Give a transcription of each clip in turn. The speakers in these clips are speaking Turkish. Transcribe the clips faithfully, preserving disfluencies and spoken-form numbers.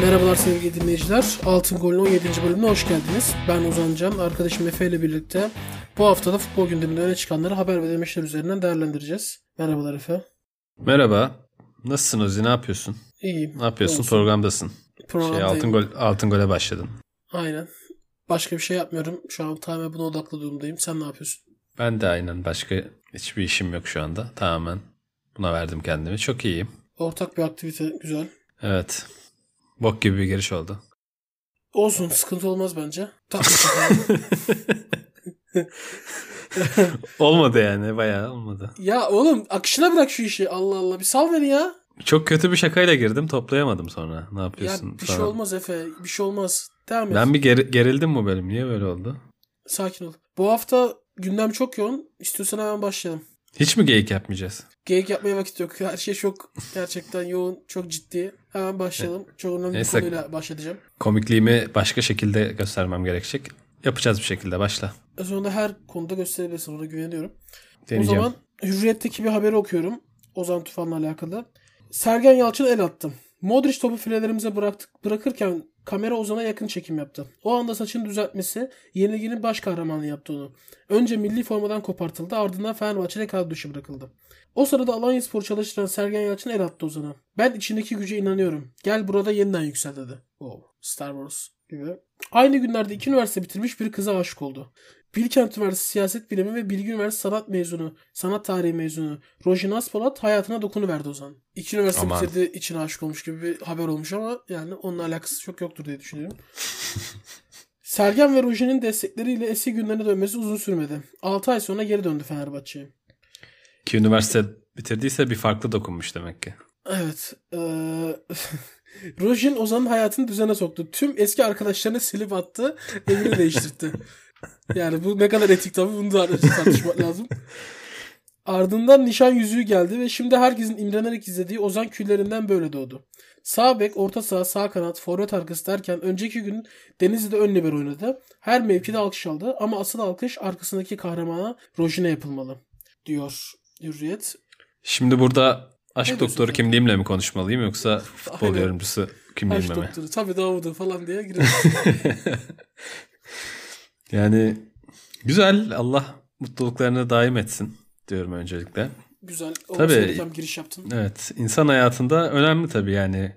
Merhabalar sevgili dinleyiciler. Altın Gol'ün on yedinci bölümüne hoş geldiniz. Ben Ozan Can, arkadaşım Efe ile birlikte bu haftada futbol gündeminde öne çıkanları haber ve demeçler üzerinden değerlendireceğiz. Merhabalar Efe. Merhaba. Nasılsın Ozi? Ne yapıyorsun? İyiyim. Ne yapıyorsun? Olsun. Programdasın. Programdayım. Şey, Altın Gol, Altın Gol'e başladın. Aynen. Başka bir şey yapmıyorum. Şu an tamamen buna odaklı durumdayım. Sen ne yapıyorsun? Ben de aynen. Başka hiçbir işim yok şu anda. Tamamen buna verdim kendimi. Çok iyiyim. Ortak bir aktivite. Güzel. Evet. Bok gibi bir giriş oldu. Olsun. Sıkıntı olmaz bence. Tatlı. Olmadı yani. Bayağı olmadı. Ya oğlum akışına bırak şu işi. Allah Allah. Bir sal beni ya. Çok kötü bir şakayla girdim. Toplayamadım sonra. Ne yapıyorsun? Ya bir sonra? şey olmaz Efe. Bir şey olmaz. Devam et. Ben bir ger- gerildim bu bölüm. Niye böyle oldu? Sakin ol. Bu hafta gündem çok yoğun. İstiyorsan hemen başlayalım. Hiç mi geyik yapmayacağız? Geyik yapmaya vakit yok. Her şey çok gerçekten yoğun, çok ciddi. Hemen başlayalım. Çok önemli Neyse, bir konuyla başlayacağım. Komikliğimi başka şekilde göstermem gerekecek. Yapacağız bir şekilde. Başla. O zaman da her konuda gösterebilirsin. Ona güveniyorum. Deneyeceğim. O zaman Hürriyet'teki bir haberi okuyorum. Ozan Tufan'la alakalı. Sergen Yalçın el attı. Modric topu filelerimize bıraktık, bırakırken kamera Ozan'a yakın çekim yaptı. O anda saçını düzeltmesi yenilginin baş kahramanı yaptı onu. Önce milli formadan kopartıldı, ardından Fenerbahçe'de kadro dışı bırakıldı. O sırada Alanyaspor çalıştıran Sergen Yalçın el attı Ozan'a. Ben içindeki güce inanıyorum. Gel burada yeniden yüksel dedi. Wow. Star Wars gibi. Aynı günlerde iki üniversite bitirmiş bir kıza aşık oldu. Bilkent Üniversitesi Siyaset Bilimi ve Bilgi Üniversitesi Sanat mezunu, Sanat Tarihi mezunu Rojin Aspolat hayatına dokunuverdi Ozan. İki üniversite Aman. bitirdiği için aşık olmuş gibi bir haber olmuş ama yani onunla alakası çok yoktur diye düşünüyorum. Sergen ve Rojin'in destekleriyle eski günlerine dönmesi uzun sürmedi. altı ay sonra geri döndü Fenerbahçe'ye. İki üniversite bitirdiyse bir farklı dokunmuş demek ki. Evet. Ee... Rojin Ozan'ın hayatını düzene soktu. Tüm eski arkadaşlarını silip attı. Evini değiştirdi. Yani bu ne kadar etik tabii, bunu da tartışmak lazım. Ardından nişan yüzüğü geldi ve şimdi herkesin imrenerek izlediği Ozan küllerinden böyle doğdu. Sağ bek, orta saha, sağ kanat, forvet arkası derken önceki gün Denizli'de ön libero oynadı. Her mevkide alkış aldı ama asıl alkış arkasındaki kahramana Rojin'e yapılmalı diyor Hürriyet. Şimdi burada aşk Ne doktoru diyorsun? kimliğimle mi konuşmalıyım yoksa futbol Aynen. yorumcusu kimliğimle Aşk mi? doktoru tabii Davud'u falan diye giriyor. Yani güzel, Allah mutluluklarını daim etsin diyorum öncelikle. Güzel. Tabii, Giriş yaptın. evet, insan hayatında önemli tabii yani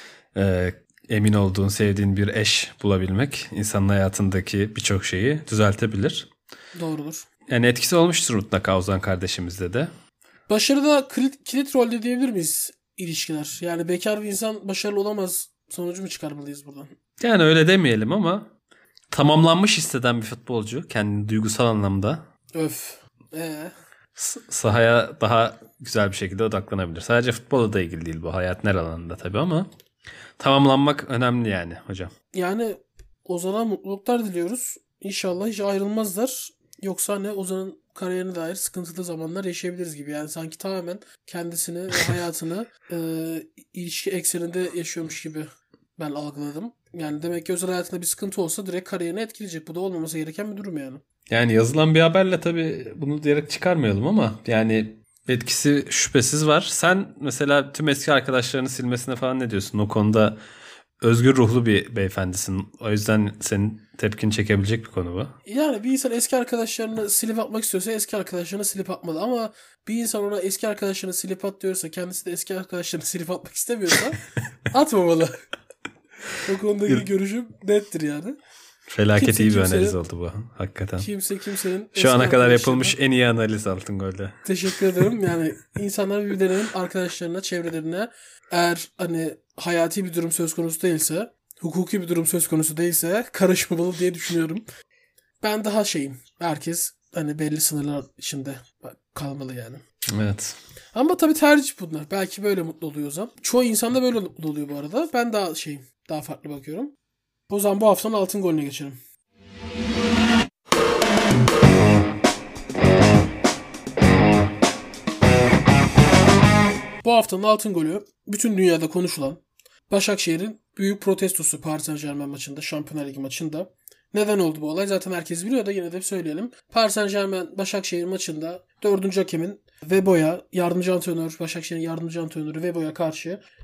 e, emin olduğun, sevdiğin bir eş bulabilmek insanın hayatındaki birçok şeyi düzeltebilir. Doğrudur. Yani etkisi olmuştur mutlaka Ozan kardeşimizde de. Başarıda kilit, kilit rolde diyebilir miyiz ilişkiler? Yani bekar bir insan başarılı olamaz sonucu mu çıkarmalıyız buradan? Yani öyle demeyelim ama tamamlanmış hisseden bir futbolcu kendini duygusal anlamda Öf. Ee? s- sahaya daha güzel bir şekilde odaklanabilir. Sadece futbolla da ilgili değil bu, hayatın her alanında tabii ama tamamlanmak önemli yani hocam. Yani Ozan'a mutluluklar diliyoruz. İnşallah hiç ayrılmazlar. Yoksa ne Ozan'ın kariyerine dair sıkıntılı zamanlar yaşayabiliriz gibi. Yani sanki tamamen kendisini ve hayatını e, ilişki ekseninde yaşıyormuş gibi ben algıladım. Yani demek ki özel hayatında bir sıkıntı olsa direkt kariyerini etkileyecek. Bu da olmaması gereken bir durum yani. Yani yazılan bir haberle tabii bunu direkt çıkarmayalım ama yani etkisi şüphesiz var. Sen mesela tüm eski arkadaşlarını silmesine falan ne diyorsun? O konuda özgür ruhlu bir beyefendisin. O yüzden senin tepkini çekebilecek bir konu bu. Yani bir insan eski arkadaşlarını silip atmak istiyorsa eski arkadaşlarını silip atmalı. Ama bir insan ona eski arkadaşlarını silip at diyorsa, kendisi de eski arkadaşlarını silip atmak istemiyorsa atmamalı. O konudaki görüşüm nettir yani. Felaket Kimse iyi bir kimsenin- analiz oldu bu hakikaten. Kimse kimsenin eski Şu ana kadar arkadaşlarına- yapılmış en iyi analiz Altın Gol'de. Teşekkür ederim. Yani insanlar birbirlerinin arkadaşlarına, çevrelerine eğer hani hayati bir durum söz konusu değilse, hukuki bir durum söz konusu değilse karışmamalı diye düşünüyorum. Ben daha şeyim. Herkes hani belli sınırlar içinde kalmalı yani. Evet. Ama tabii tercih bunlar. Belki böyle mutlu oluyor Ozan. Çoğu insan da böyle mutlu oluyor bu arada. Ben daha şeyim. Daha farklı bakıyorum. O zaman bu haftanın altın golüne geçelim. Bu haftanın altın golü bütün dünyada konuşulan Başakşehir'in büyük protestosu Paris Saint-Germain maçında, Şampiyonlar Ligi maçında. Neden oldu bu olay? Zaten herkes biliyor da yine de söyleyelim. Paris Saint-Germain Başakşehir maçında dördüncü hakemin Vebo'ya, yardımcı antrenör, Başakşehir'in yardımcı antrenörü Vebo'ya karşı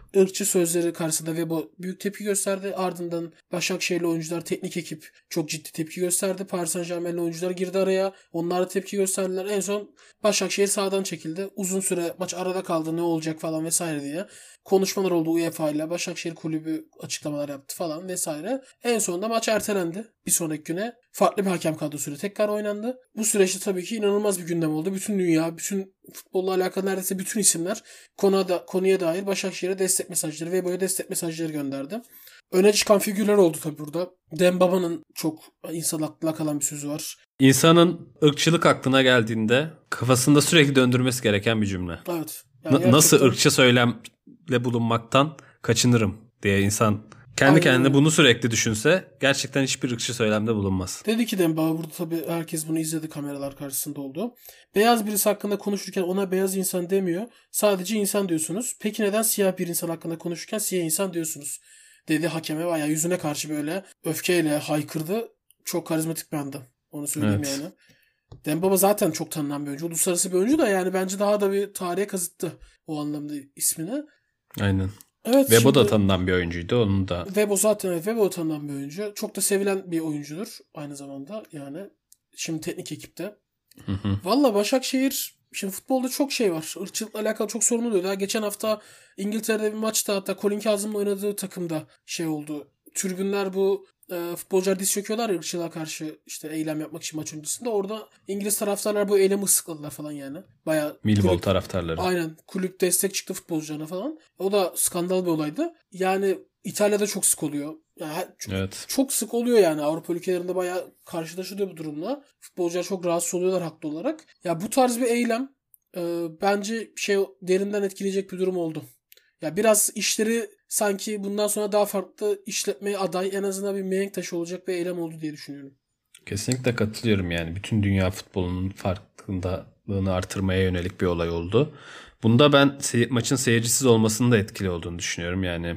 ırkçı sözleri karşısında Vebo büyük tepki gösterdi. Ardından Başakşehirli oyuncular, teknik ekip çok ciddi tepki gösterdi. Paris Saint-Germain'li oyuncular girdi araya. Onlar da tepki gösterdiler. En son Başakşehir sahadan çekildi. Uzun süre maç arada kaldı, ne olacak falan vesaire diye. Konuşmalar oldu U E F A ile. Başakşehir kulübü açıklamalar yaptı falan vesaire. En sonunda maç ertelendi. Bir sonraki güne farklı bir hakem kadrosuyla tekrar oynandı. Bu süreçte tabii ki inanılmaz bir gündem oldu. Bütün dünya, bütün futbolla alakalı neredeyse bütün isimler konuya, da, konuya dair Başakşehir'e destek mesajları ve böyle destek mesajları gönderdi. Öne çıkan figürler oldu tabii burada. Dembaba'nın çok insan aklına kalan bir sözü var. İnsanın ırkçılık aklına geldiğinde kafasında sürekli döndürmesi gereken bir cümle. Evet. Yani N- gerçekten... Nasıl ırkçı söylemle bulunmaktan kaçınırım diye insan kendi Aynen. kendine bunu sürekli düşünse gerçekten hiçbir ırkçı söylemde bulunmaz. Dedi ki Dembaba, burada tabii herkes bunu izledi, kameralar karşısında oldu. Beyaz birisi hakkında konuşurken ona beyaz insan demiyor. Sadece insan diyorsunuz. Peki neden siyah bir insan hakkında konuşurken siyah insan diyorsunuz? Dedi hakeme, bayağı yüzüne karşı böyle öfkeyle haykırdı. Çok karizmatik bir anda. Onu söyleyeyim evet. yani. Dembaba zaten çok tanınan bir oyuncu. Uluslararası bir oyuncu da yani bence daha da bir tarihe kazıttı o anlamda ismini. Aynen. Evet, Vebo şimdi, da tanınan bir oyuncuydu. Onun da. Vebo zaten evet, Vebo tanınan bir oyuncu. Çok da sevilen bir oyuncudur aynı zamanda. Yani şimdi teknik ekipte. Hı hı. Valla Başakşehir, şimdi futbolda çok şey var. Irkçılıkla alakalı çok sorun oluyor. Daha geçen hafta İngiltere'de bir maçta, hatta Colin Kazım'ın oynadığı takımda şey oldu. Tribünler bu e, futbolcular diz çöküyorlar ya ırkçılığa karşı, işte eylem yapmak için maç öncesinde. Orada İngiliz taraftarlar bu eylemi ıslıkladılar falan yani. Bayağı Millwall kulüp, taraftarları. Aynen. Kulüp destek çıktı futbolcularına falan. O da skandal bir olaydı. Yani İtalya'da çok sık oluyor. Yani çok, evet. çok sık oluyor yani. Avrupa ülkelerinde bayağı karşılaşılıyor bu durumla. Futbolcular çok rahatsız oluyorlar haklı olarak. Ya bu tarz bir eylem e, bence şey derinden etkileyecek bir durum oldu. Ya biraz işleri sanki bundan sonra daha farklı işletmeye aday, en azından bir mihenk taşı olacak bir eylem oldu diye düşünüyorum. Kesinlikle katılıyorum yani. Bütün dünya futbolunun farkındalığını artırmaya yönelik bir olay oldu. Bunda ben se- maçın seyircisiz olmasının da etkili olduğunu düşünüyorum. Yani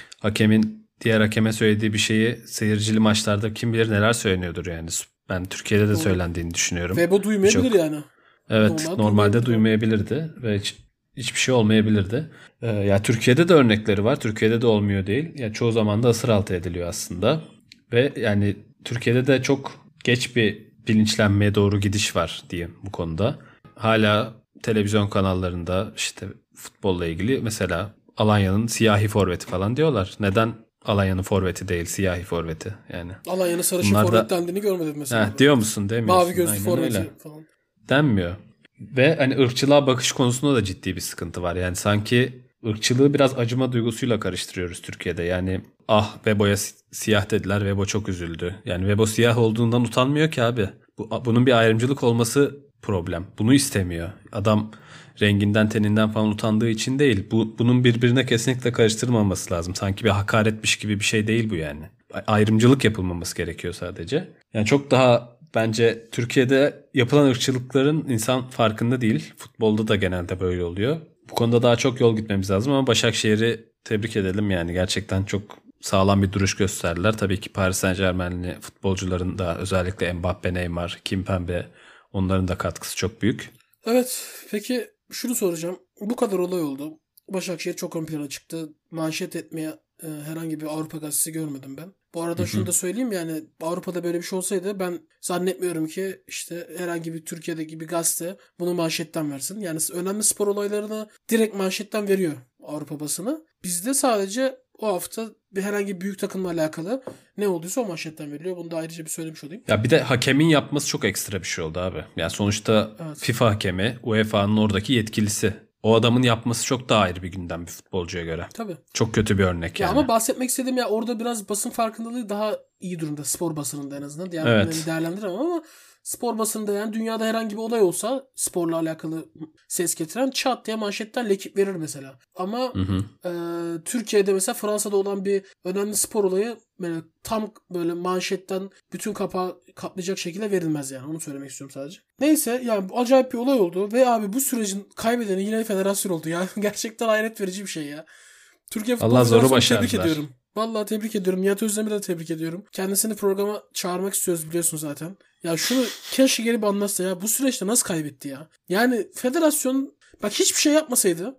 hakemin diğer hakeme söylediği bir şeyi seyircili maçlarda kim bilir neler söyleniyordur yani. Ben Türkiye'de de Doğru. söylendiğini düşünüyorum. Ve bu duymayabilir Çok... yani. Evet, Normal normalde duymayabilirdi ve hiç, hiçbir şey olmayabilirdi. Ee, ya Türkiye'de de örnekleri var. Türkiye'de de olmuyor değil. Ya çoğu zaman da ısır altı ediliyor aslında. Ve yani Türkiye'de de çok geç bir bilinçlenmeye doğru gidiş var diyeyim bu konuda. Hala televizyon kanallarında işte futbolla ilgili mesela Alanya'nın siyahi forveti falan diyorlar. Neden Alanya'nın forveti değil siyahi forveti yani? Alanya'nın sarışın Bunlar forvet da... dendiğini görmedim mesela. Heh, diyor musun demiyorsun. Mavi gözlü forveti falan. Denmiyor. Ve hani ırkçılığa bakış konusunda da ciddi bir sıkıntı var. Yani sanki ırkçılığı biraz acıma duygusuyla karıştırıyoruz Türkiye'de. Yani ah Vebo'ya siyah dediler, Vebo çok üzüldü. Yani Vebo siyah olduğundan utanmıyor ki abi. Bu, bunun bir ayrımcılık olması problem. Bunu istemiyor. Adam renginden, teninden falan utandığı için değil. Bu, bunun birbirine kesinlikle karıştırılmaması lazım. Sanki bir hakaretmiş gibi bir şey değil bu yani. Ayrımcılık yapılmaması gerekiyor sadece. Yani çok daha bence Türkiye'de yapılan ırkçılıkların insan farkında değil. Futbolda da genelde böyle oluyor. Bu konuda daha çok yol gitmemiz lazım ama Başakşehir'i tebrik edelim yani. Gerçekten çok sağlam bir duruş gösterdiler. Tabii ki Paris Saint-Germain'li futbolcuların da özellikle Mbappe, Neymar, Kimpembe, onların da katkısı çok büyük. Evet, peki şunu soracağım. Bu kadar olay oldu. Başakşehir çok ön plana çıktı. Manşet etmeye e, herhangi bir Avrupa gazetesi görmedim ben. Bu arada Hı-hı. şunu da söyleyeyim, yani Avrupa'da böyle bir şey olsaydı ben zannetmiyorum ki işte herhangi bir Türkiye'deki bir gazete bunu manşetten versin. Yani önemli spor olaylarını direkt manşetten veriyor Avrupa basını. Bizde sadece o hafta bir herhangi bir büyük takımla alakalı ne olduysa o manşetten veriliyor. Bunu da ayrıca bir söylemiş olayım. Ya bir de hakemin yapması çok ekstra bir şey oldu abi. Yani sonuçta evet. FIFA hakemi, U E F A'nın oradaki yetkilisi. O adamın yapması çok daha ayrı bir gündem bir futbolcuya göre. Tabii. Çok kötü bir örnek ya yani. Ama bahsetmek istediğim ya orada biraz basın farkındalığı daha iyi durumda. Spor basınında en azından. Yani evet. değerlendiremem ama spor basında yani dünyada herhangi bir olay olsa sporla alakalı ses getiren çat diye manşetten lekip verir mesela. Ama hı hı. E, Türkiye'de mesela Fransa'da olan bir önemli spor olayı böyle tam böyle manşetten bütün kapağı kaplayacak şekilde verilmez yani. Onu söylemek istiyorum sadece. Neyse yani acayip bir olay oldu ve abi bu sürecin kaybedeni yine federasyon oldu ya. Gerçekten hayret verici bir şey ya. Türkiye Futbol Federasyonu'nu tebrik ediyorum. Vallahi tebrik ediyorum. Nihat Özdemir'i de tebrik ediyorum. Kendisini programa çağırmak istiyoruz biliyorsun zaten. Ya şunu keşke gelip anlatsa ya. Bu süreçte nasıl kaybetti ya? Yani federasyon bak hiçbir şey yapmasaydı,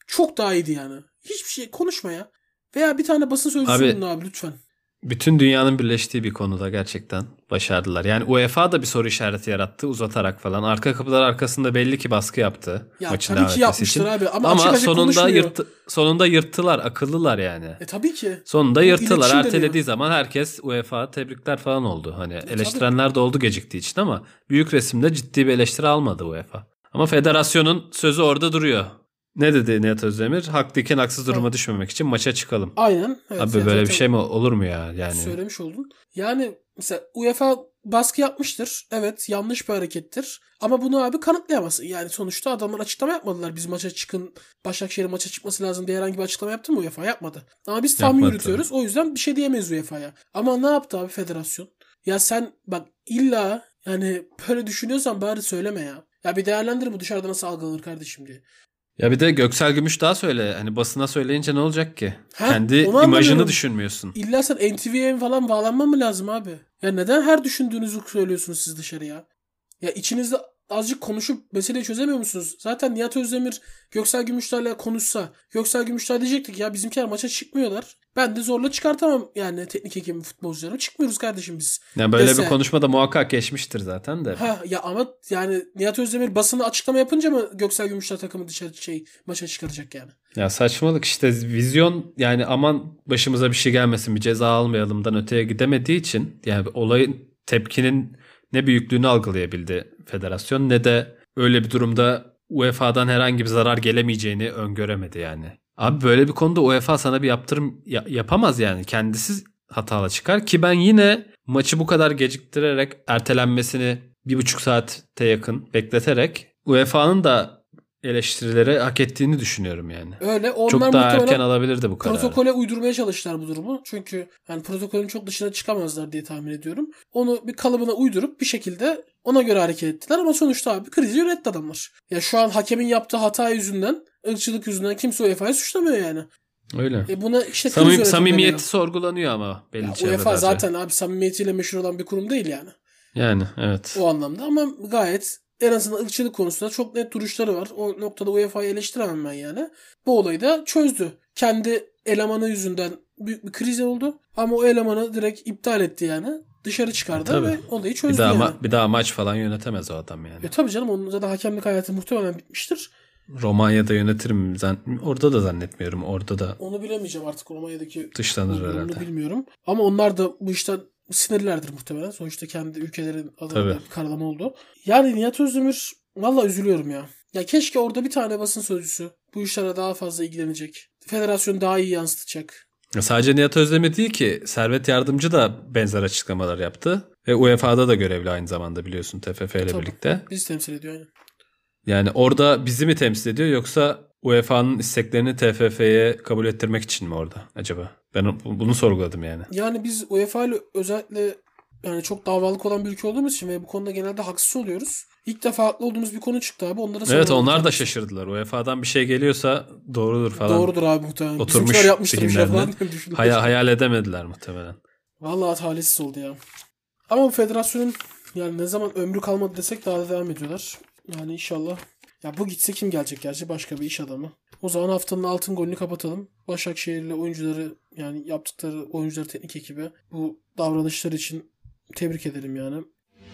Çok daha iyiydi yani. Hiçbir şey konuşma ya. Veya bir tane basın sözcüsü Abi, bulun abi lütfen. Bütün dünyanın birleştiği bir konuda gerçekten başardılar. Yani UEFA da bir soru işareti yarattı uzatarak falan. Arka kapılar arkasında belli ki baskı yaptı Ya maçın tabii devam ki etmesi için. yapmıştır abi ama, Ama açık açık sonunda konuşmuyor. yırttı, sonunda yırttılar. Akıllılar yani. E tabii ki. Sonunda Bu yırttılar. iletişim Ertelediği deniyor. zaman herkes UEFA tebrikler falan oldu. Hani E, eleştirenler de oldu geciktiği için ama büyük resimde ciddi bir eleştiri almadı UEFA. Ama federasyonun sözü orada duruyor. Ne dedi Nihat Özdemir? Haklıyken haksız duruma Evet. düşmemek için maça çıkalım. Aynen. Evet, Abi ya böyle bir zaten şey mi olur mu ya? Yani söylemiş oldun. Yani mesela UEFA baskı yapmıştır. Evet, yanlış bir harekettir. Ama bunu abi kanıtlayamazsın. Yani sonuçta adamlar açıklama yapmadılar. Biz maça çıkın, Başakşehir'in maça çıkması lazım diye herhangi bir açıklama yaptı mı UEFA? Yapmadı. Ama biz tahmin Yapmadı yürütüyoruz. O yüzden bir şey diyemeyiz UEFA'ya. Ama ne yaptı abi federasyon? Ya sen bak illa yani böyle düşünüyorsan bari söyleme ya. Ya bir değerlendir bu dışarıda nasıl algılanır kardeşim diye. Ya bir de Göksel Gümüş daha söyle. Hani basına söyleyince ne olacak ki? Ha, Kendi onu imajını anlamıyorum. düşünmüyorsun. İlla sen N T V'ye falan bağlanman mı lazım abi? Ya neden her düşündüğünüzü söylüyorsunuz siz dışarıya? Ya içinizde azıcık konuşup meseleyi çözemiyor musunuz? Zaten Nihat Özdemir Göksel Gümüşler'le konuşsa, Göksel Gümüşler diyecektik ya bizimkiler maça çıkmıyorlar. Ben de zorla çıkartamam yani teknik hekimi futbolcularımı. Çıkmıyoruz kardeşim biz. Ya böyle Dese. bir konuşma da muhakkak geçmiştir zaten de. Ha ya ama yani Nihat Özdemir basına açıklama yapınca mı Göksel Gümüşler takımı dışarı şey maça çıkaracak yani? Ya saçmalık işte, vizyon yani, aman başımıza bir şey gelmesin, bir ceza almayalımdan öteye gidemediği için yani olayın, tepkinin ne büyüklüğünü algılayabildi federasyon ne de öyle bir durumda UEFA'dan herhangi bir zarar gelemeyeceğini öngöremedi yani. Abi böyle bir konuda UEFA sana bir yaptırım ya- yapamaz yani. Kendisi hatalı çıkar ki ben yine maçı bu kadar geciktirerek, ertelenmesini bir buçuk saate yakın bekleterek UEFA'nın da eleştirileri hak ettiğini düşünüyorum yani. Öyle. Onlar Çok daha muhtemelen erken alabilirdi bu kararı. protokole uydurmaya çalıştılar bu durumu. Çünkü yani protokolün çok dışına çıkamazlar diye tahmin ediyorum. Onu bir kalıbına uydurup bir şekilde ona göre hareket ettiler ama sonuçta abi krizi yönetti adamlar. Ya şu an hakemin yaptığı hata yüzünden, ırkçılık yüzünden kimse UEFA'yı suçlamıyor yani. Öyle. E buna işte kriz Samim, yönetimi samimiyeti deniyor. sorgulanıyor ama belli Ya çevrelerce. UEFA zaten abi samimiyetiyle meşhur olan bir kurum değil yani. Yani evet. O anlamda ama gayet en azından ırkçılık konusunda çok net duruşları var. O noktada UEFA'yı eleştiremem ben yani. Bu olayı da çözdü. Kendi elemanı yüzünden büyük bir kriz oldu. Ama o elemanı direkt iptal etti yani. Dışarı çıkardı Tabii. ve olayı çözdü Bir daha, yani. ma- bir daha maç falan yönetemez o adam yani. E tabii canım onun zaten hakemlik hayatı muhtemelen bitmiştir. Romanya'da yönetirim. Zan- orada da zannetmiyorum. Orada da Onu bilemeyeceğim artık Romanya'daki dışlanır durumunu herhalde. bilmiyorum. Ama onlar da bu işten sinirlerdir muhtemelen. Sonuçta kendi ülkelerin adına Tabii. bir karalama oldu. Yani Nihat Özdemir valla üzülüyorum ya. Ya keşke orada bir tane basın sözcüsü bu işlere daha fazla ilgilenecek. Federasyon daha iyi yansıtacak. Ya sadece Nihat Özdemir değil ki, Servet Yardımcı da benzer açıklamalar yaptı. Ve UEFA'da da görevli aynı zamanda biliyorsun, T F F ile Tabii. birlikte. Bizi temsil ediyor aynen. Yani orada bizi mi temsil ediyor yoksa UEFA'nın isteklerini T F F'ye kabul ettirmek için mi orada acaba? Ben bunu sorguladım yani. Yani biz UEFA ile özellikle yani çok davalık olan bir ülke olduğumuz için ve bu konuda genelde haksız oluyoruz. İlk defa haklı olduğumuz bir konu çıktı abi. Onlara Evet, soralım. onlar da şaşırdılar. UEFA'dan bir şey geliyorsa doğrudur falan. Doğrudur abi muhtemelen. Oturmuş Bizimkiler yapmıştır bir şey zihinlerine. falan. düşündüler. Hayal, hayal edemediler muhtemelen. Vallahi talihsiz oldu ya. Ama bu federasyonun yani ne zaman ömrü kalmadı desek daha da devam ediyorlar. Yani inşallah. Ya bu gitse kim gelecek gerçi? Başka bir iş adamı. O zaman haftanın altın golünü kapatalım. Başakşehir'le oyuncuları yani yaptıkları oyuncuları teknik ekibi bu davranışları için tebrik edelim yani.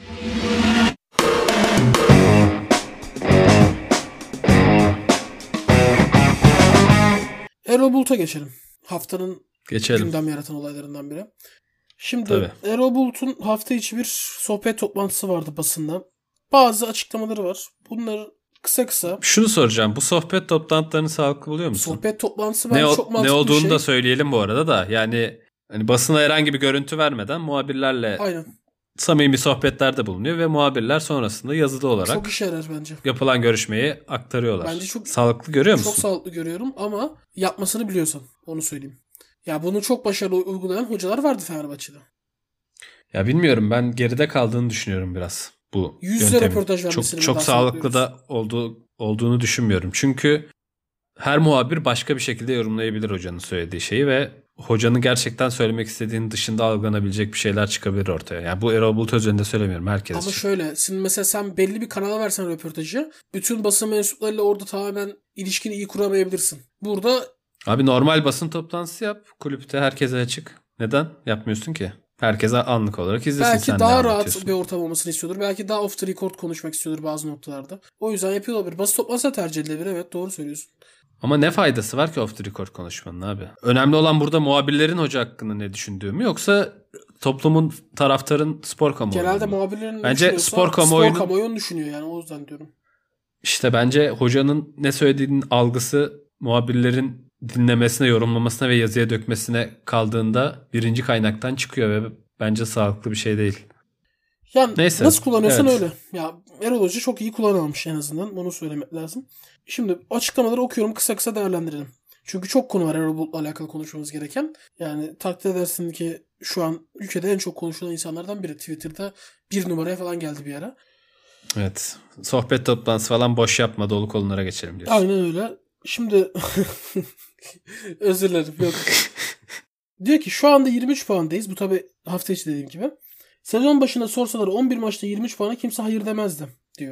Erol Bulut'a geçelim. Haftanın Geçelim. gündem yaratan olaylarından biri. Şimdi Tabii. Erol Bulut'un hafta içi bir sohbet toplantısı vardı basında. Bazı açıklamaları var. Bunları kısa kısa. Şunu soracağım. Bu sohbet toplantılarını sağlıklı buluyor musun? Sohbet toplantısı Ne, bence o- çok ne mantıklı bir olduğunu şey. da söyleyelim bu arada da. Yani hani basına herhangi bir görüntü vermeden muhabirlerle Aynen. samimi sohbetlerde bulunuyor ve muhabirler sonrasında yazılı olarak Çok işe yarar bence. yapılan görüşmeyi aktarıyorlar. Bence çok- Sağlıklı görüyor musun? Çok sağlıklı görüyorum ama yapmasını biliyorsan onu söyleyeyim. Ya bunu çok başarılı uygulayan hocalar vardı Fenerbahçe'de. Ya bilmiyorum, ben geride kaldığını düşünüyorum biraz bu Yüz yüze yöntemin. röportaj Çok vermesini çok daha sağlıklı sağlıklıyoruz. da olduğu olduğunu düşünmüyorum. Çünkü her muhabir başka bir şekilde yorumlayabilir hocanın söylediği şeyi ve hocanın gerçekten söylemek istediğinin dışında algılanabilecek bir şeyler çıkabilir ortaya. Yani bu Erol Bulut özelinde söylemiyorum, herkes Ama için. şöyle, şimdi mesela sen belli bir kanala versen röportajı, bütün basın mensuplarıyla orada tamamen ilişkini iyi kuramayabilirsin. Burada Abi normal basın toplantısı yap. Kulüpte herkese açık. Neden yapmıyorsun ki? Herkese anlık olarak izlesin, belki sen daha ne rahat anlatıyorsun. bir ortam olmasını istiyordur. Belki daha off the record konuşmak istiyordur bazı noktalarda. O yüzden yapıyor olabilir. Basın toplantısı da tercih edilebilir. Evet, doğru söylüyorsun. Ama ne faydası var ki off the record konuşmanın abi? Önemli olan burada muhabirlerin hoca hakkında ne düşündüğü mü, yoksa toplumun, taraftarın, spor kamuoyu Genelde mu? muhabirlerin ne Bence düşünüyorsa spor kamuoyunun, spor kamuoyunu düşünüyor yani, o yüzden diyorum. işte bence hocanın ne söylediğinin algısı muhabirlerin dinlemesine, yorumlamasına ve yazıya dökmesine kaldığında birinci kaynaktan çıkıyor ve bence sağlıklı bir şey değil. Yani Neyse. Nasıl kullanıyorsan Evet. öyle. Ya Erol Hoca çok iyi kullanamamış en azından. Onu söylemek lazım. Şimdi açıklamaları okuyorum, kısa kısa değerlendirelim. Çünkü çok konu var Erol Bulut'la alakalı konuşmamız gereken. Yani takdir edersin ki şu an ülkede en çok konuşulan insanlardan biri. Twitter'da bir numaraya falan geldi bir ara. Evet. Sohbet toplantısı falan boş yapma, dolu konulara geçelim diyorsun. Aynen öyle. Şimdi özür dilerim. Yok. Diyor ki şu anda yirmi üç puandayız. Bu tabii hafta içi dediğim gibi. Sezon başında sorsalar on bir maçta yirmi üç puana kimse hayır demezdi diyor.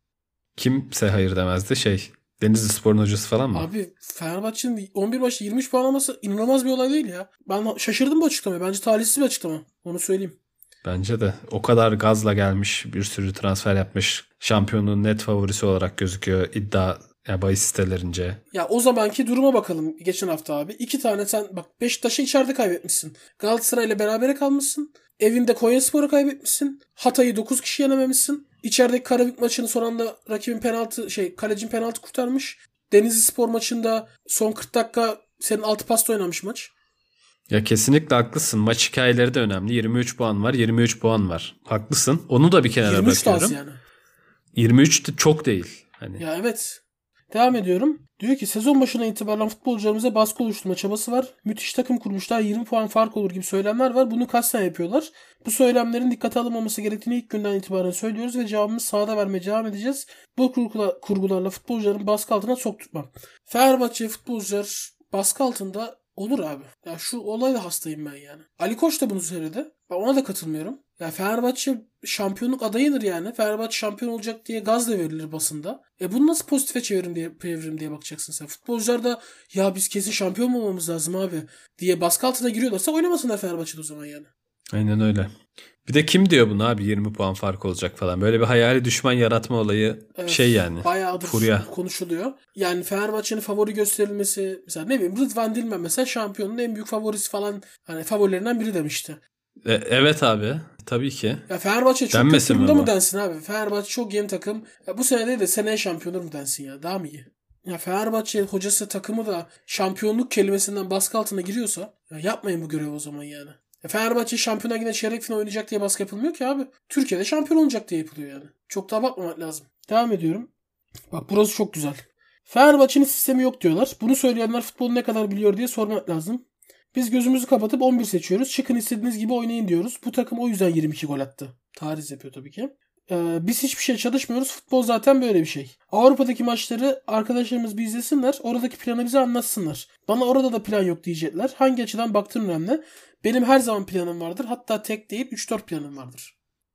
Kimse hayır demezdi. Şey, Denizli Spor'un hocası falan mı? Abi Fenerbahçe'nin on bir maçta yirmi üç puan alması inanılmaz bir olay değil ya. Ben şaşırdım bu açıklamaya. Bence talihsiz bir açıklama. Onu söyleyeyim. Bence de. O kadar gazla gelmiş, bir sürü transfer yapmış. Şampiyonluğun net favorisi olarak gözüküyor iddia, ya bahis sitelerince. Ya o zamanki duruma bakalım geçen hafta abi. İki tane sen bak, Beşiktaş'ı içeride kaybetmişsin. Galatasaray'la berabere kalmışsın. Evinde Konyaspor'u kaybetmişsin. Hatay'ı dokuz kişi yenememişsin. İçerideki Karabük maçını son anda rakibin penaltı şey kalecinin penaltı kurtarmış. Denizli Spor maçında son kırk dakika senin altı pasta oynamış maç. Ya kesinlikle haklısın. Maç hikayeleri de önemli. yirmi üç puan var. yirmi üç puan var. Haklısın. Onu da bir kenara yirmi üç bırakıyorum. az yani. yirmi üç de çok değil. Hani. Ya evet. Devam ediyorum. Diyor ki sezon başına itibaren futbolcularımıza baskı oluşturma çabası var. Müthiş takım kurmuşlar, yirmi puan fark olur gibi söylemler var. Bunu kasten yapıyorlar. Bu söylemlerin dikkate alınmaması gerektiğini ilk günden itibaren söylüyoruz ve cevabımızı sahada vermeye devam edeceğiz. Bu kurgula, kurgularla futbolcuların baskı altına sokturtmam. Fenerbahçe futbolcular baskı altında olur abi. Ya şu olayla hastayım ben yani. Ali Koç da bunu söyledi. Ben ona da katılmıyorum. Ya Fenerbahçe şampiyonluk adayıdır yani. Fenerbahçe şampiyon olacak diye gaz da verilir basında. E bunu nasıl pozitife çevirim diye, çevirim diye bakacaksın sen. Futbolcular da ya biz kesin şampiyon olmamız lazım abi diye baskı altına giriyorlarsa oynamasınlar Fenerbahçe'de o zaman yani. Aynen öyle. Bir de kim diyor bunu abi, yirmi puan fark olacak falan. Böyle bir hayali düşman yaratma olayı Evet, şey yani. bayağıdır furya. konuşuluyor. Yani Fenerbahçe'nin favori gösterilmesi, mesela ne bileyim Rıdvan Dilmen mesela şampiyonun en büyük favorisi falan, hani favorilerinden biri demişti. E, evet abi. Tabii ki. Ya Fenerbahçe çok kötü Denmesin mi durumda mı bu? densin abi? Fenerbahçe çok yeni takım. Ya bu sene değil de seneye şampiyonur mu densin ya? Daha mı iyi? Ya Fenerbahçe hocası takımı da şampiyonluk kelimesinden baskı altına giriyorsa ya yapmayın bu görevi o zaman yani. Ya Fenerbahçe Şampiyonlar Ligi'nde çeyrek final oynayacak diye baskı yapılmıyor ki abi. Türkiye'de şampiyon olacak diye yapılıyor yani. Çok da bakmamak lazım. Devam ediyorum. Bak burası çok güzel. Fenerbahçe'nin sistemi yok diyorlar. Bunu söyleyenler futbolu ne kadar biliyor diye sormak lazım. Biz gözümüzü kapatıp on bir seçiyoruz. Çıkın istediğiniz gibi oynayın diyoruz. Bu takım o yüzden yirmi iki gol attı. Tarih yapıyor tabii ki. Ee, biz hiçbir şey çalışmıyoruz. Futbol zaten böyle bir şey. Avrupa'daki maçları arkadaşlarımız bir izlesinler. Oradaki planı bize anlatsınlar. Bana orada da plan yok diyecekler. Hangi açıdan baktığın önemli. Benim her zaman planım vardır. Hatta tek değil üç dört planım vardır.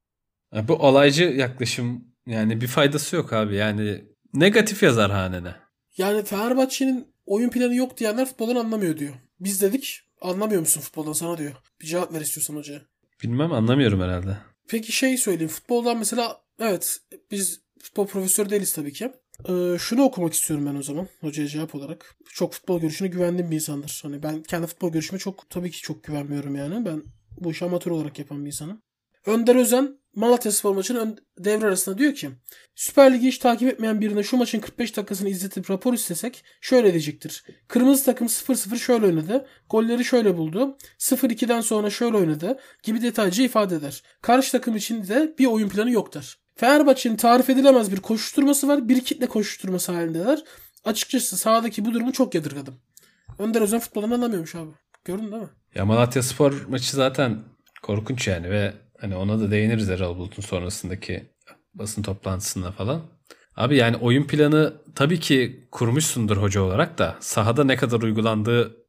Ya bu alaycı yaklaşım, yani bir faydası yok abi. Yani negatif yazar hanene. Yani Fenerbahçe'nin oyun planı yok diyenler futboldan anlamıyor diyor. Biz dedik anlamıyor musun futboldan sana diyor. Bir cevap ver istiyorsan hocaya. Bilmem, anlamıyorum herhalde. Peki şey söyleyeyim. Futboldan mesela evet biz futbol profesörü değiliz tabii ki. Ee, şunu okumak istiyorum ben o zaman hocaya cevap olarak. Çok futbol görüşüne güvendiğim bir insandır. Hani ben kendi futbol görüşüme çok tabii ki çok güvenmiyorum yani. Ben bu işi amatör olarak yapan bir insanım. Önder Özen Malatyaspor maçının ön, devre arasında diyor ki Süper Lig'i hiç takip etmeyen birine şu maçın kırk beş dakikasını izletip rapor istesek şöyle diyecektir. Kırmızı takım sıfır sıfır şöyle oynadı. Golleri şöyle buldu. sıfır ikiden sonra şöyle oynadı gibi detaylıca ifade eder. Karşı takım için de bir oyun planı yok der. Fenerbahçe'nin tarif edilemez bir koşuşturması var. Bir kitle koşuşturması halindeler. Açıkçası sahadaki bu durumu çok yadırgadım. Önder Özen futboldan anlamıyormuş abi. Gördün değil mi? Ya Malatyaspor maçı zaten korkunç yani ve hani ona da değiniriz Erol Bulut'un sonrasındaki basın toplantısında falan. Abi yani oyun planı tabii ki kurmuşsundur hoca olarak da sahada ne kadar uygulandığı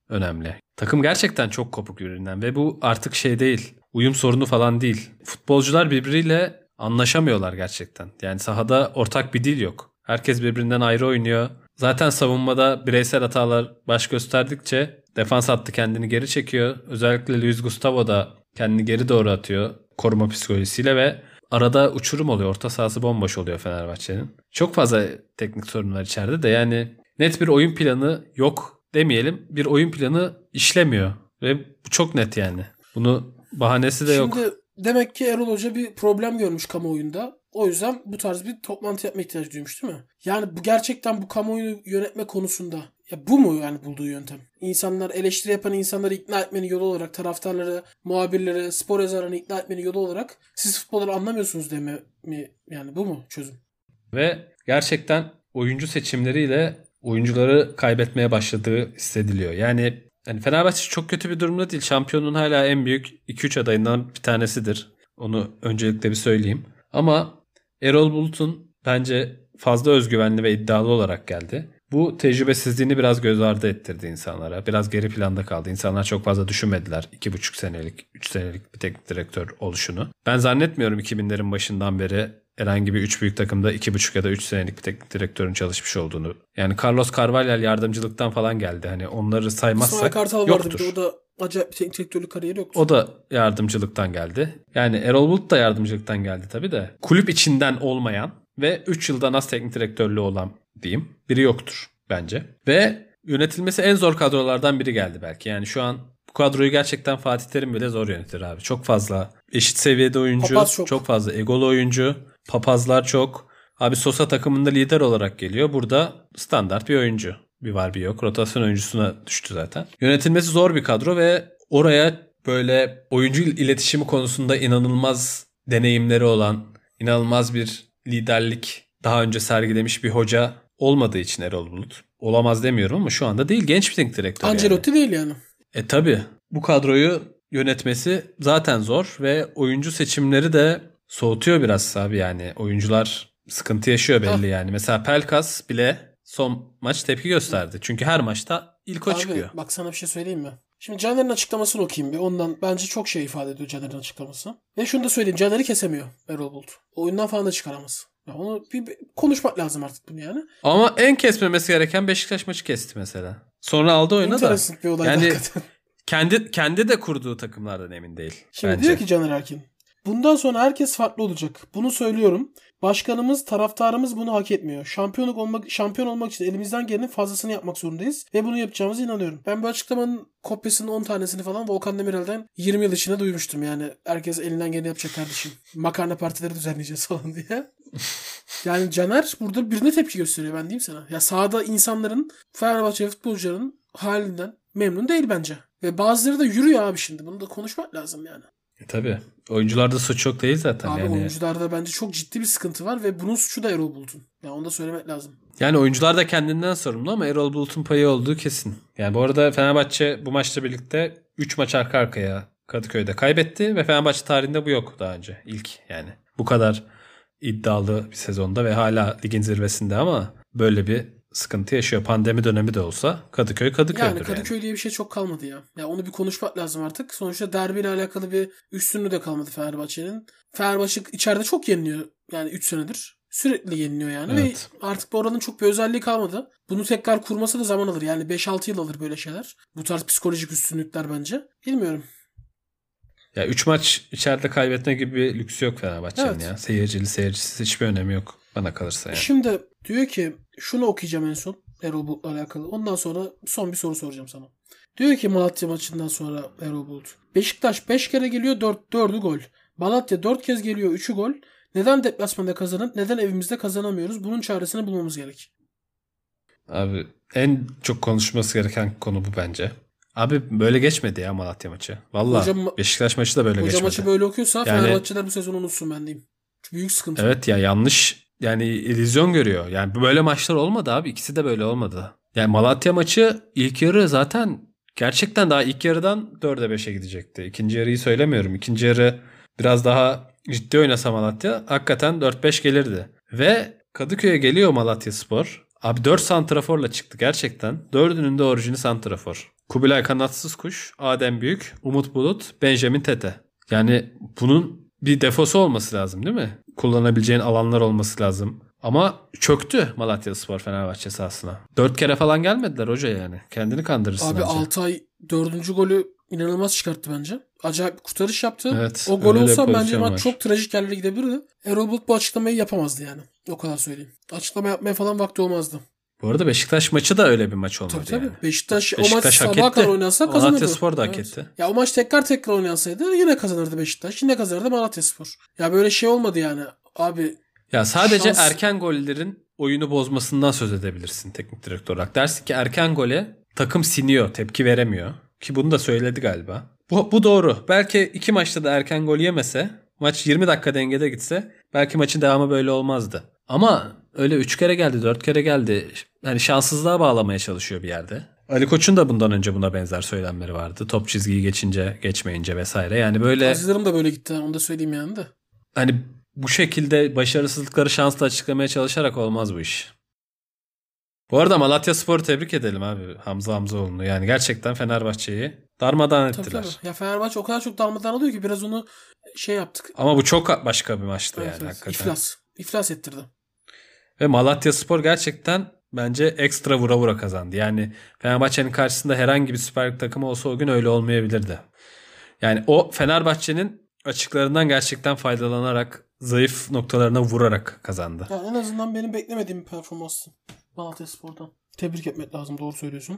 önemli. Takım gerçekten çok kopuk birbirinden ve bu artık şey değil. Uyum sorunu falan değil. Futbolcular birbiriyle anlaşamıyorlar gerçekten. Yani sahada ortak bir dil yok. Herkes birbirinden ayrı oynuyor. Zaten savunmada bireysel hatalar baş gösterdikçe defans hattı kendini geri çekiyor. Özellikle Luis Gustavo da kendini geri doğru atıyor koruma psikolojisiyle ve arada uçurum oluyor. Orta sahası bomboş oluyor Fenerbahçe'nin. Çok fazla teknik sorun var içeride de yani net bir oyun planı yok demeyelim. Bir oyun planı işlemiyor ve bu çok net yani. Bunu bahanesi de yok. Şimdi demek ki Erol Hoca bir problem görmüş kamuoyunda. O yüzden bu tarz bir toplantı yapma ihtiyacı duymuş değil mi? Yani bu gerçekten bu kamuoyu yönetme konusunda ya bu mu yani bulduğu yöntem? İnsanlar eleştiri yapan insanları ikna etmenin yolu olarak taraftarları, muhabirleri, spor yazarlarını ikna etmenin yolu olarak siz futbolları anlamıyorsunuz deme mi? Yani bu mu çözüm? Ve gerçekten oyuncu seçimleriyle oyuncuları kaybetmeye başladığı hissediliyor. Yani yani Fenerbahçe çok kötü bir durumda değil. Şampiyonun hala en büyük iki üç adayından bir tanesidir. Onu öncelikle bir söyleyeyim. Ama Erol Bulut'un bence fazla özgüvenli ve iddialı olarak geldi. Bu tecrübesizliğini biraz göz ardı ettirdi insanlara. Biraz geri planda kaldı. İnsanlar çok fazla düşünmediler iki buçuk senelik, üç senelik bir teknik direktör oluşunu. Ben zannetmiyorum iki binlerin başından beri herhangi bir üç büyük takımda iki buçuk ya da üç senelik bir teknik direktörün çalışmış olduğunu. Yani Carlos Carvalhal yardımcılıktan falan geldi. Hani onları saymazsak İsmail Kartal yoktur. Vardı, o da acayip bir teknik direktörlük kariyeri yoktu. O da yardımcılıktan geldi. Yani Erol Bulut da yardımcılıktan geldi tabii de. Kulüp içinden olmayan ve üç yıldan az teknik direktörlüğü olan diyeyim biri yoktur bence. Ve yönetilmesi en zor kadrolardan biri geldi belki. Yani şu an bu kadroyu gerçekten Fatih Terim bile zor yönetir abi. Çok fazla eşit seviyede oyuncu, çok. çok fazla egolu oyuncu, papazlar çok. Abi Sosa takımında lider olarak geliyor. Burada standart bir oyuncu. Bir var bir yok. Rotasyon oyuncusuna düştü zaten. Yönetilmesi zor bir kadro ve oraya böyle oyuncu iletişimi konusunda inanılmaz deneyimleri olan, inanılmaz bir liderlik daha önce sergilemiş bir hoca olmadığı için Erol Bulut. Olamaz demiyorum ama şu anda değil. Genç bir teknik direktör. Ancelotti yani. değil yani. E tabi. Bu kadroyu yönetmesi zaten zor ve oyuncu seçimleri de soğutuyor biraz abi yani. Oyuncular sıkıntı yaşıyor belli ha. yani. Mesela Pelkas bile son maç tepki gösterdi. Çünkü her maçta ilk o abi, çıkıyor. Bak sana bir şey söyleyeyim mi? Şimdi Caner'in açıklamasını okuyayım bir. Ondan bence çok şey ifade ediyor Caner'in açıklaması. Ve şunu da söyleyeyim. Caner'i kesemiyor Erol Bulut. Oyundan falan da çıkaramaz. Ya onu bir, bir konuşmak lazım artık bunu yani. Ama en kesmemesi gereken Beşiktaş maçı kesti mesela. Sonra aldı oyuna da. Bir olay yani hakikaten. kendi kendi de kurduğu takımlardan emin değil. Şimdi bence. diyor ki Caner Erkin. Bundan sonra herkes farklı olacak. Bunu söylüyorum. Başkanımız, taraftarımız bunu hak etmiyor. Şampiyonluk olmak, şampiyon olmak için elimizden gelenin fazlasını yapmak zorundayız ve bunu yapacağımıza inanıyorum. Ben bu açıklamanın kopyasının on tanesini falan Volkan Demirel'den yirmi yıl içinde duymuştum. Yani herkes elinden geleni yapacak kardeşim. Makarna partileri düzenleyeceğiz falan diye. Yani Caner burada birine tepki gösteriyor, ben diyeyim sana. Ya sahada insanların, Fenerbahçe futbolcuların halinden memnun değil bence. Ve bazıları da yürüyor abi şimdi. Bunu da konuşmak lazım yani. E tabii. Oyuncularda suç çok değil zaten. Abi yani. oyuncularda bence çok ciddi bir sıkıntı var ve bunun suçu da Erol Bulut'un. Yani onu da söylemek lazım. Yani oyuncular da kendinden sorumlu ama Erol Bulut'un payı olduğu kesin. Yani bu arada Fenerbahçe bu maçla birlikte üç maç arka arkaya Kadıköy'de kaybetti ve Fenerbahçe tarihinde bu yok daha önce. İlk yani. Bu kadar iddialı bir sezonda ve hala ligin zirvesinde ama böyle bir sıkıntı yaşıyor. Pandemi dönemi de olsa Kadıköy Kadıköy'dür yani. Kadıköy yani. diye bir şey çok kalmadı ya. Ya onu bir konuşmak lazım artık. Sonuçta derbiyle alakalı bir üstünlüğü de kalmadı Fenerbahçe'nin. Fenerbahçe içeride çok yeniliyor. Yani üç senedir. Sürekli yeniliyor yani. Evet. Ve artık bu oranın çok bir özelliği kalmadı. Bunu tekrar kurması da zaman alır. Yani beş altı yıl alır böyle şeyler. Bu tarz psikolojik üstünlükler bence. Bilmiyorum. Ya üç maç içeride kaybetme gibi bir lüksü yok Fenerbahçe'nin evet. ya. Seyircili seyircisiz hiçbir önemi yok bana kalırsa yani. Şimdi diyor ki şunu okuyacağım en son Erol Bulut'la alakalı. Ondan sonra son bir soru soracağım sana. Diyor ki Malatya maçından sonra Erol Bulut. Beşiktaş beş kere geliyor dört, dördü gol. Malatya dört kez geliyor üçü gol. Neden deplasmanda kazanıp neden evimizde kazanamıyoruz? Bunun çaresini bulmamız gerek. Abi en çok konuşması gereken konu bu bence. Abi böyle geçmedi ya Malatya maçı. Valla Beşiktaş maçı da böyle hoca geçmedi. Hoca maçı böyle okuyorsa yani, Fenerbahçeler bu sezon unutsun ben diyeyim. Büyük sıkıntı. Evet ya yanlış yani illüzyon görüyor. Yani böyle maçlar olmadı abi. İkisi de böyle olmadı. Yani Malatya maçı ilk yarı zaten gerçekten daha ilk yarıdan dörde beşe gidecekti. İkinci yarıyı söylemiyorum. İkinci yarı biraz daha ciddi oynasa Malatya hakikaten dört beş gelirdi. Ve Kadıköy'e geliyor Malatyaspor. Abi dört santraforla çıktı gerçekten. Dördünün de orijini santrafor. Kubilay Kanatsız Kuş, Adem Büyük, Umut Bulut, Benjamin Tete. Yani bunun bir defosu olması lazım değil mi? Kullanabileceğin alanlar olması lazım. Ama çöktü Malatyaspor Fenerbahçe sahasına. Dört kere falan gelmediler hoca yani. Kendini kandırırsın Abi bence. Altay dördüncü golü inanılmaz çıkarttı bence. Acayip bir kurtarış yaptı. Evet, o gol öyle de olsa bence pozisyon maç var. çok trajik yerlere gidebilirdi. Erol Bulut bu açıklamayı yapamazdı yani. O kadar söyleyeyim. Açıklama yapmaya falan vakti olmazdı. Bu arada Beşiktaş maçı da öyle bir maç olmadı Tabii tabii. yani. Beşiktaş, Beşiktaş o maç hak sabaha etti. kadar oynansa kazanırdı. Malatyaspor da hak Evet. etti. Ya o maç tekrar tekrar oynansaydı yine kazanırdı Beşiktaş. Yine kazanırdı Malatyaspor. Ya böyle şey olmadı yani. Abi Ya sadece şans... erken gollerin oyunu bozmasından söz edebilirsin teknik direktör olarak. Dersin ki erken gole takım siniyor, tepki veremiyor. Ki bunu da söyledi galiba. Bu, bu doğru. Belki iki maçta da erken gol yemese, maç yirmi dakika dengede gitse belki maçın devamı böyle olmazdı. Ama öyle üç kere geldi, dört kere geldi. Yani şanssızlığa bağlamaya çalışıyor bir yerde. Ali Koç'un da bundan önce buna benzer söylemleri vardı. Top çizgiyi geçince, geçmeyince vesaire. Yani böyle... Aziz Yıldırım da böyle gitti. Onu da söyleyeyim yani de. Hani bu şekilde başarısızlıkları şansla açıklamaya çalışarak olmaz bu iş. Bu arada Malatyaspor'u tebrik edelim abi. Hamza Hamzaoğlu'nu. Yani gerçekten Fenerbahçe'yi darmadağın ettiler. Tabii tabii. Ya Fenerbahçe o kadar çok darmadağın oluyor ki biraz onu şey yaptık. Ama bu çok başka bir maçtı Evet, yani evet. hakikaten. İflas. İflas ettirdi. Ve Malatyaspor gerçekten bence ekstra vura vura kazandı. Yani Fenerbahçe'nin karşısında herhangi bir Süper Lig takımı olsa o gün öyle olmayabilirdi. Yani o Fenerbahçe'nin açıklarından gerçekten faydalanarak, zayıf noktalarına vurarak kazandı. Yani en azından benim beklemediğim bir performanstı Malatyaspor'dan. Tebrik etmek lazım, doğru söylüyorsun.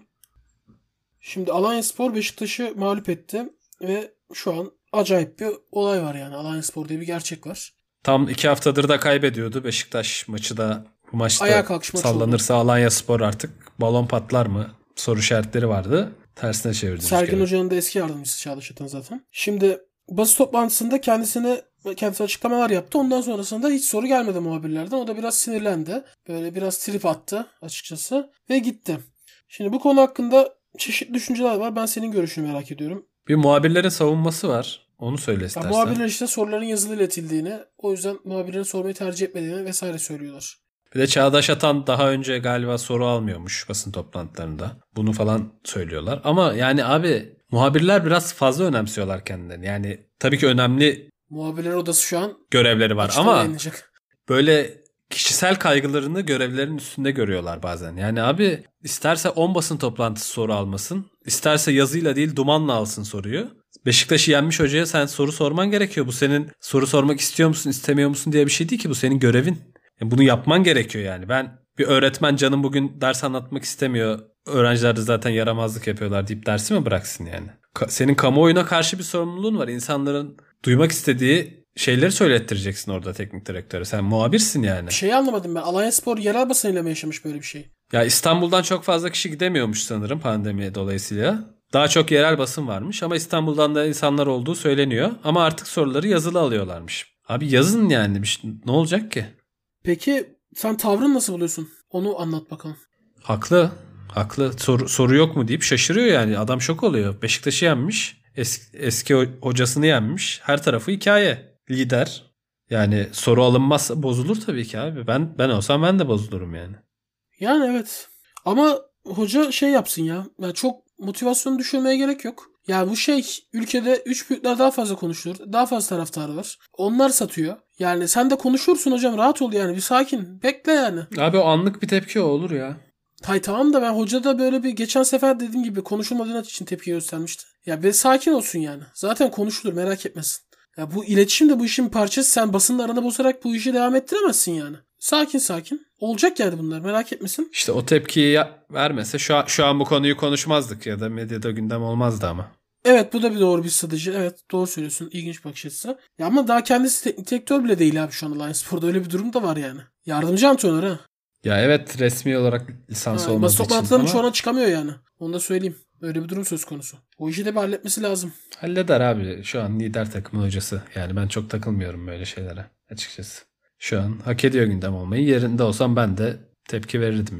Şimdi Alanyaspor Beşiktaş'ı mağlup etti ve şu an acayip bir olay var yani. Alanyaspor diye bir gerçek var. Tam iki haftadır da kaybediyordu. Beşiktaş maçı da bu maçta ayağa kalkış maçı sallanırsa oldu. Alanyaspor artık balon patlar mı? Soru işaretleri vardı. Tersine çevirdi. Sergen Hoca'nın da eski yardımcısı Çağdaş Atan zaten. Şimdi basın toplantısında kendisine kendisi açıklamalar yaptı. Ondan sonrasında hiç soru gelmedi muhabirlerden. O da biraz sinirlendi. Böyle biraz trip attı açıkçası ve gitti. Şimdi bu konu hakkında çeşitli düşünceler var. Ben senin görüşünü merak ediyorum. Bir muhabirlerin savunması var. Onu söyle istersen. Ya, muhabirler işte soruların yazılı iletildiğini, o yüzden muhabirlerin sormayı tercih etmediğini vesaire söylüyorlar. Bir de Çağdaş Atan daha önce galiba soru almıyormuş basın toplantılarında. Bunu falan söylüyorlar. Ama yani abi muhabirler biraz fazla önemsiyorlar kendilerini. Yani tabii ki önemli muhabirler odası şu an görevleri var ama yayınlayacak. Böyle kişisel kaygılarını görevlerin üstünde görüyorlar bazen. Yani abi isterse on basın toplantısı soru almasın, isterse yazıyla değil dumanla alsın soruyu. Beşiktaş'ı yenmiş hocaya sen soru sorman gerekiyor. Bu senin soru sormak istiyor musun, istemiyor musun diye bir şey değil ki. Bu senin görevin. Yani bunu yapman gerekiyor yani. Ben bir öğretmen canım bugün ders anlatmak istemiyor. Öğrenciler de zaten yaramazlık yapıyorlar deyip dersi mi bıraksın yani? Ka- senin kamuoyuna karşı bir sorumluluğun var. İnsanların duymak istediği şeyleri söylettireceksin orada teknik direktöre. Sen muhabirsin yani. Bir şeyi anlamadım ben. Alanyaspor yerel basınıyla mı yaşamış böyle bir şey? Ya İstanbul'dan çok fazla kişi gidemiyormuş sanırım pandemi dolayısıyla. Daha çok yerel basın varmış ama İstanbul'dan da insanlar olduğu söyleniyor. Ama artık soruları yazılı alıyorlarmış. Abi yazın yani. Bir şey, ne olacak ki? Peki sen tavrını nasıl buluyorsun? Onu anlat bakalım. Haklı. Haklı. Soru, soru yok mu deyip şaşırıyor yani. Adam şok oluyor. Beşiktaş'ı yenmiş. Eski, eski hocasını yenmiş. Her tarafı hikaye. Lider. Yani soru alınmazsa bozulur tabii ki abi. Ben ben olsam ben de bozulurum yani. Yani evet. Ama hoca şey yapsın ya. Yani çok motivasyonu düşürmeye gerek yok. Ya bu şey ülkede üç büyükler daha fazla konuşulur. Daha fazla taraftarı var. Onlar satıyor. Yani sen de konuşursun hocam, rahat ol yani. Bir sakin. Bekle yani. Abi o anlık bir tepki olur ya. Hay tamam da ben hoca da böyle bir geçen sefer dediğim gibi konuşulmadığın için tepki göstermişti. Ya bir sakin olsun yani. Zaten konuşulur, merak etmesin. Ya bu iletişim de bu işin parçası. Sen basınla arana bozarak bu işi devam ettiremezsin yani. Sakin sakin. Olacak yani bunlar, merak etmesin. İşte o tepkiyi ya- vermese şu an, şu an bu konuyu konuşmazdık ya da medyada gündem olmazdı ama. Evet, bu da bir doğru bir strateji. Evet, doğru söylüyorsun. İlginç bakış açısı. Ya ama daha kendisi teknik direktör bile değil abi şu an Alanyaspor'da. Öyle bir durum da var yani. Yardımcı antrenör ha. Ya evet, resmi olarak lisans Ha, olmadığı basın için toplantılarının ama çoğuna çıkamıyor yani. Onu da söyleyeyim. Öyle bir durum söz konusu. O işi de bir halletmesi lazım. halleder abi. Şu an lider takımın hocası. Yani ben çok takılmıyorum böyle şeylere açıkçası. Şu an hak ediyor gündem olmayı. Yerinde olsam ben de tepki verirdim yani.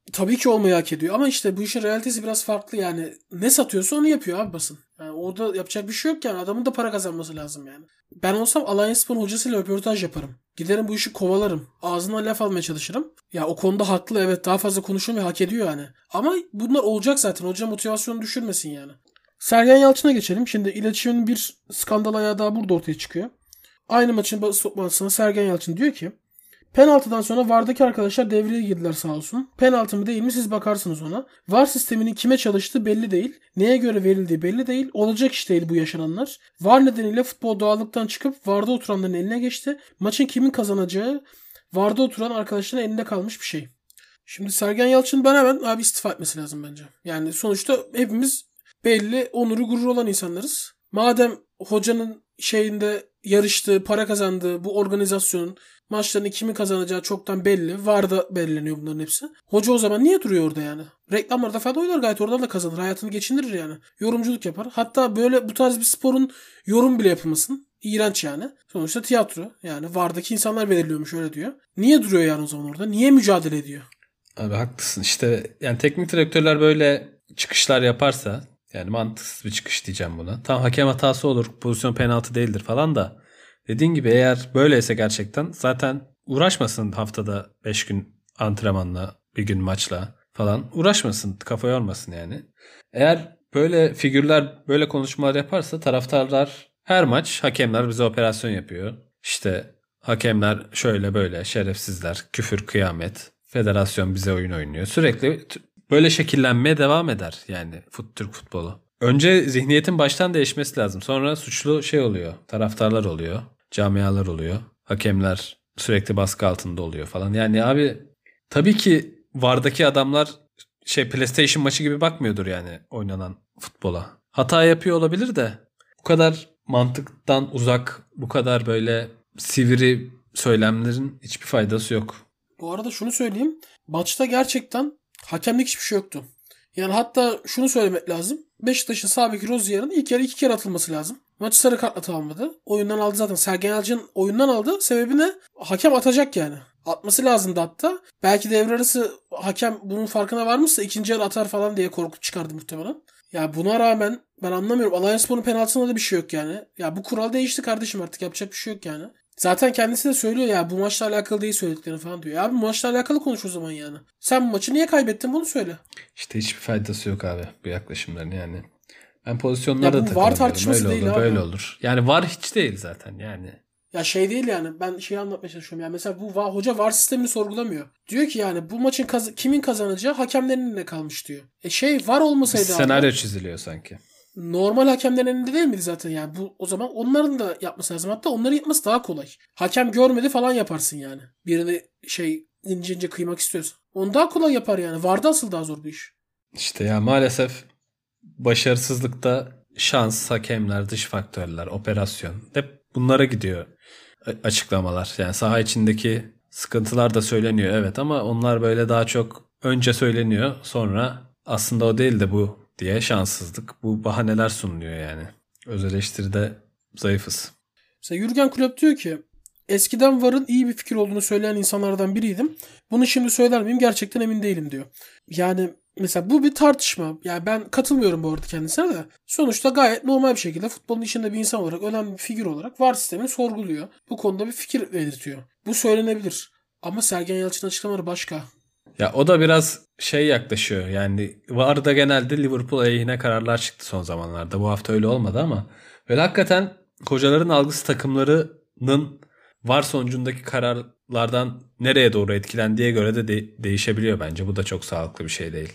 Tabii ki olmayı hak ediyor ama işte bu işin realitesi biraz farklı yani. Ne satıyorsa onu yapıyor abi basın. Yani orada yapacak bir şey yok yani. Adamın da para kazanması lazım yani. Ben olsam Alanyaspor'un hocasıyla röportaj yaparım. Giderim bu işi kovalarım. Ağzından laf almaya çalışırım. Ya o konuda haklı, evet, daha fazla konuşuyor ve hak ediyor yani. Ama bunlar olacak zaten. Hoca motivasyonu düşürmesin yani. Sergen Yalçın'a geçelim. Şimdi iletişimin bir skandal ayağı daha burada ortaya çıkıyor. Aynı maçın basın toplantısında Sergen Yalçın diyor ki penaltıdan sonra VAR'daki arkadaşlar devreye girdiler sağ olsun. Penaltı mı değil mi siz bakarsınız ona. VAR sisteminin kime çalıştığı belli değil. Neye göre verildiği belli değil. Olacak iş değil bu yaşananlar. VAR nedeniyle futbol doğallıktan çıkıp VAR'da oturanların eline geçti. Maçın kimin kazanacağı VAR'da oturan arkadaşların elinde kalmış bir şey. Şimdi Sergen Yalçın ben hemen abi istifa etmesi lazım bence. Yani sonuçta hepimiz belli onuru gururu olan insanlarız. Madem hocanın şeyinde yarıştığı, para kazandığı bu organizasyonun maçlarını kimin kazanacağı çoktan belli. VAR'da belirleniyor bunların hepsi. Hoca o zaman niye duruyor orada yani? Reklamlarda falan oynar gayet, oradan da kazanır. Hayatını geçindirir yani. Yorumculuk yapar. Hatta böyle bu tarz bir sporun yorum bile yapılmasın. İğrenç yani. Sonuçta tiyatro. Yani VAR'daki insanlar belirliyormuş, öyle diyor. Niye duruyor yani o zaman orada? Niye mücadele ediyor? Abi haklısın. İşte yani teknik direktörler böyle çıkışlar yaparsa, yani mantıksız bir çıkış diyeceğim buna. Tam hakem hatası olur, pozisyon penaltı değildir falan da. Dediğin gibi eğer böyleyse gerçekten zaten uğraşmasın haftada beş gün antrenmanla, bir gün maçla falan. Uğraşmasın, kafa yormasın yani. Eğer böyle figürler böyle konuşmalar yaparsa taraftarlar her maç hakemler bize operasyon yapıyor. İşte hakemler şöyle böyle şerefsizler, küfür, kıyamet. Federasyon bize oyun oynuyor. Sürekli böyle şekillenmeye devam eder yani fut, Türk futbolu. Önce zihniyetin baştan değişmesi lazım. Sonra suçlu şey oluyor. Taraftarlar oluyor. Camialar oluyor. Hakemler sürekli baskı altında oluyor falan. Yani abi tabii ki VAR'daki adamlar şey PlayStation maçı gibi bakmıyordur yani oynanan futbola. Hata yapıyor olabilir de bu kadar mantıktan uzak, bu kadar böyle sivri söylemlerin hiçbir faydası yok. Bu arada şunu söyleyeyim. Maçta gerçekten hakemlik hiçbir şey yoktu. Yani hatta şunu söylemek lazım. Beşiktaş'ın sağ beki Rozier'in ilk yarı iki kere atılması lazım. Maçı sarı kartla tamamladı. Oyundan aldı zaten. Sergen Yalçın oyundan aldı. Sebebi ne? Hakem atacak yani. Atması lazımdı hatta. Belki devre arası hakem bunun farkına varmışsa ikinci yarı atar falan diye korkup çıkardı muhtemelen. Ya buna rağmen ben anlamıyorum. Alanyaspor'un penaltısında da bir şey yok yani. Ya bu kural değişti kardeşim, artık yapacak bir şey yok yani. Zaten kendisi de söylüyor ya bu maçla alakalı değil söylediklerini falan diyor. Ya abi bu maçla alakalı konuş o zaman yani. Sen bu maçı niye kaybettin bunu söyle. İşte hiçbir faydası yok abi bu yaklaşımların yani. Ben pozisyonlara da takılamıyorum. Öyle değil olur, abi. böyle olur. Yani VAR hiç değil zaten yani. Ya şey değil yani, ben şeyi anlatmaya çalışıyorum. Yani mesela bu va, hoca VAR sistemini sorgulamıyor. Diyor ki yani bu maçın kaz- kimin kazanacağı hakemlerin eline kalmış diyor. E şey VAR olmasaydı bir senaryo abi, çiziliyor sanki. normal hakemlerin elinde değil miydi zaten yani? Bu o zaman onların da yapması lazım. Hatta onların yapması daha kolay. Hakem görmedi falan yaparsın yani. Birini şey ince ince kıymak istiyorsa. Onu daha kolay yapar yani. VAR'da asıl daha zor bir iş. İşte ya maalesef başarısızlıkta şans, hakemler, dış faktörler, operasyon hep bunlara gidiyor açıklamalar. Yani saha içindeki sıkıntılar da söyleniyor evet, ama onlar böyle daha çok önce söyleniyor, sonra aslında o değil de bu diye şanssızlık, bu bahaneler sunuluyor yani. Öz eleştiride zayıfız. Mesela Jürgen Klopp diyor ki eskiden VAR'ın iyi bir fikir olduğunu söyleyen insanlardan biriydim. Bunu şimdi söyler miyim gerçekten emin değilim diyor. Yani mesela bu bir tartışma. Yani ben katılmıyorum bu arada kendisine de. Sonuçta gayet normal bir şekilde futbolun içinde bir insan olarak, önemli bir figür olarak VAR sistemini sorguluyor. Bu konuda bir fikir belirtiyor. Bu söylenebilir. Ama Sergen Yalçın'ın açıklamaları başka. Ya o da biraz şey yaklaşıyor. Yani VAR'da genelde Liverpool aleyhine kararlar çıktı son zamanlarda. Bu hafta öyle olmadı ama böyle hakikaten hocaların algısı takımlarının VAR sonucundaki kararlardan nereye doğru etkilendiğe göre de, de değişebiliyor bence. Bu da çok sağlıklı bir şey değil.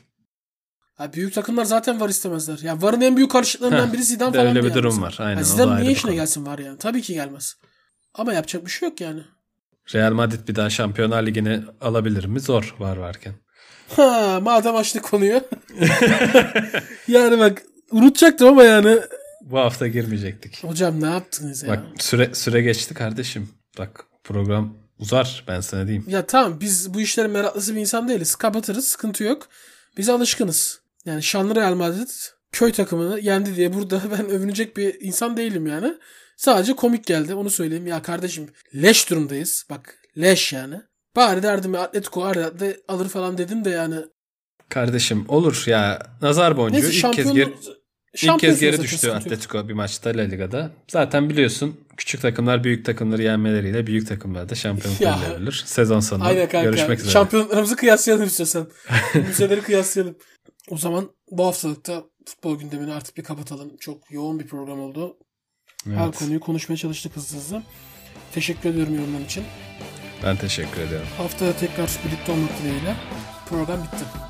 Ya büyük takımlar zaten VAR istemezler. Ya VAR'ın en büyük karşıtlarından biri Zidane falan. Öyle bir yani durum mesela. var. Aynen. Ya Zidane niye işine gelsin VAR yani? Tabii ki gelmez. Ama yapacak bir şey yok yani. Real Madrid bir daha Şampiyonlar Ligi'ni alabilir mi? Zor VAR varken. Ha, madem açtık konuyu. Yani bak unutacaktım ama yani. Bu hafta girmeyecektik. Hocam ne yaptınız ya? Bak süre süre geçti kardeşim. Bak program uzar, ben sana diyeyim. Ya tamam, biz bu işlerin meraklısı bir insan değiliz. Kapatırız, sıkıntı yok. Biz alışkınız. Yani şanlı Real Madrid köy takımını yendi diye burada ben övünecek bir insan değilim yani. Sadece komik geldi, onu söyleyeyim. Ya kardeşim leş durumdayız. Bak leş yani. Bari derdim ya Atletico arada alır falan dedim de yani Kardeşim olur ya. Nazar boncuğu Neyse, ilk şampiyon... kez geri, ilk kez geri düştü zaten, Atletico bir maçta La Liga'da. Zaten biliyorsun küçük takımlar büyük takımları yenmeleriyle büyük takımlar da şampiyonluk verilebilir. Sezon sonu görüşmek üzere. Şampiyonlarımızı kıyaslayalım istiyorsan. Müzeleri kıyaslayalım. O zaman bu haftalıkta futbol gündemini artık bir kapatalım. Çok yoğun bir program oldu. Evet. Her konuyu konuşmaya çalıştık hızlı hızlı. Teşekkür ediyorum yorumların için. Ben teşekkür ediyorum. Haftaya tekrar birlikte olmak dileğiyle. Program bitti.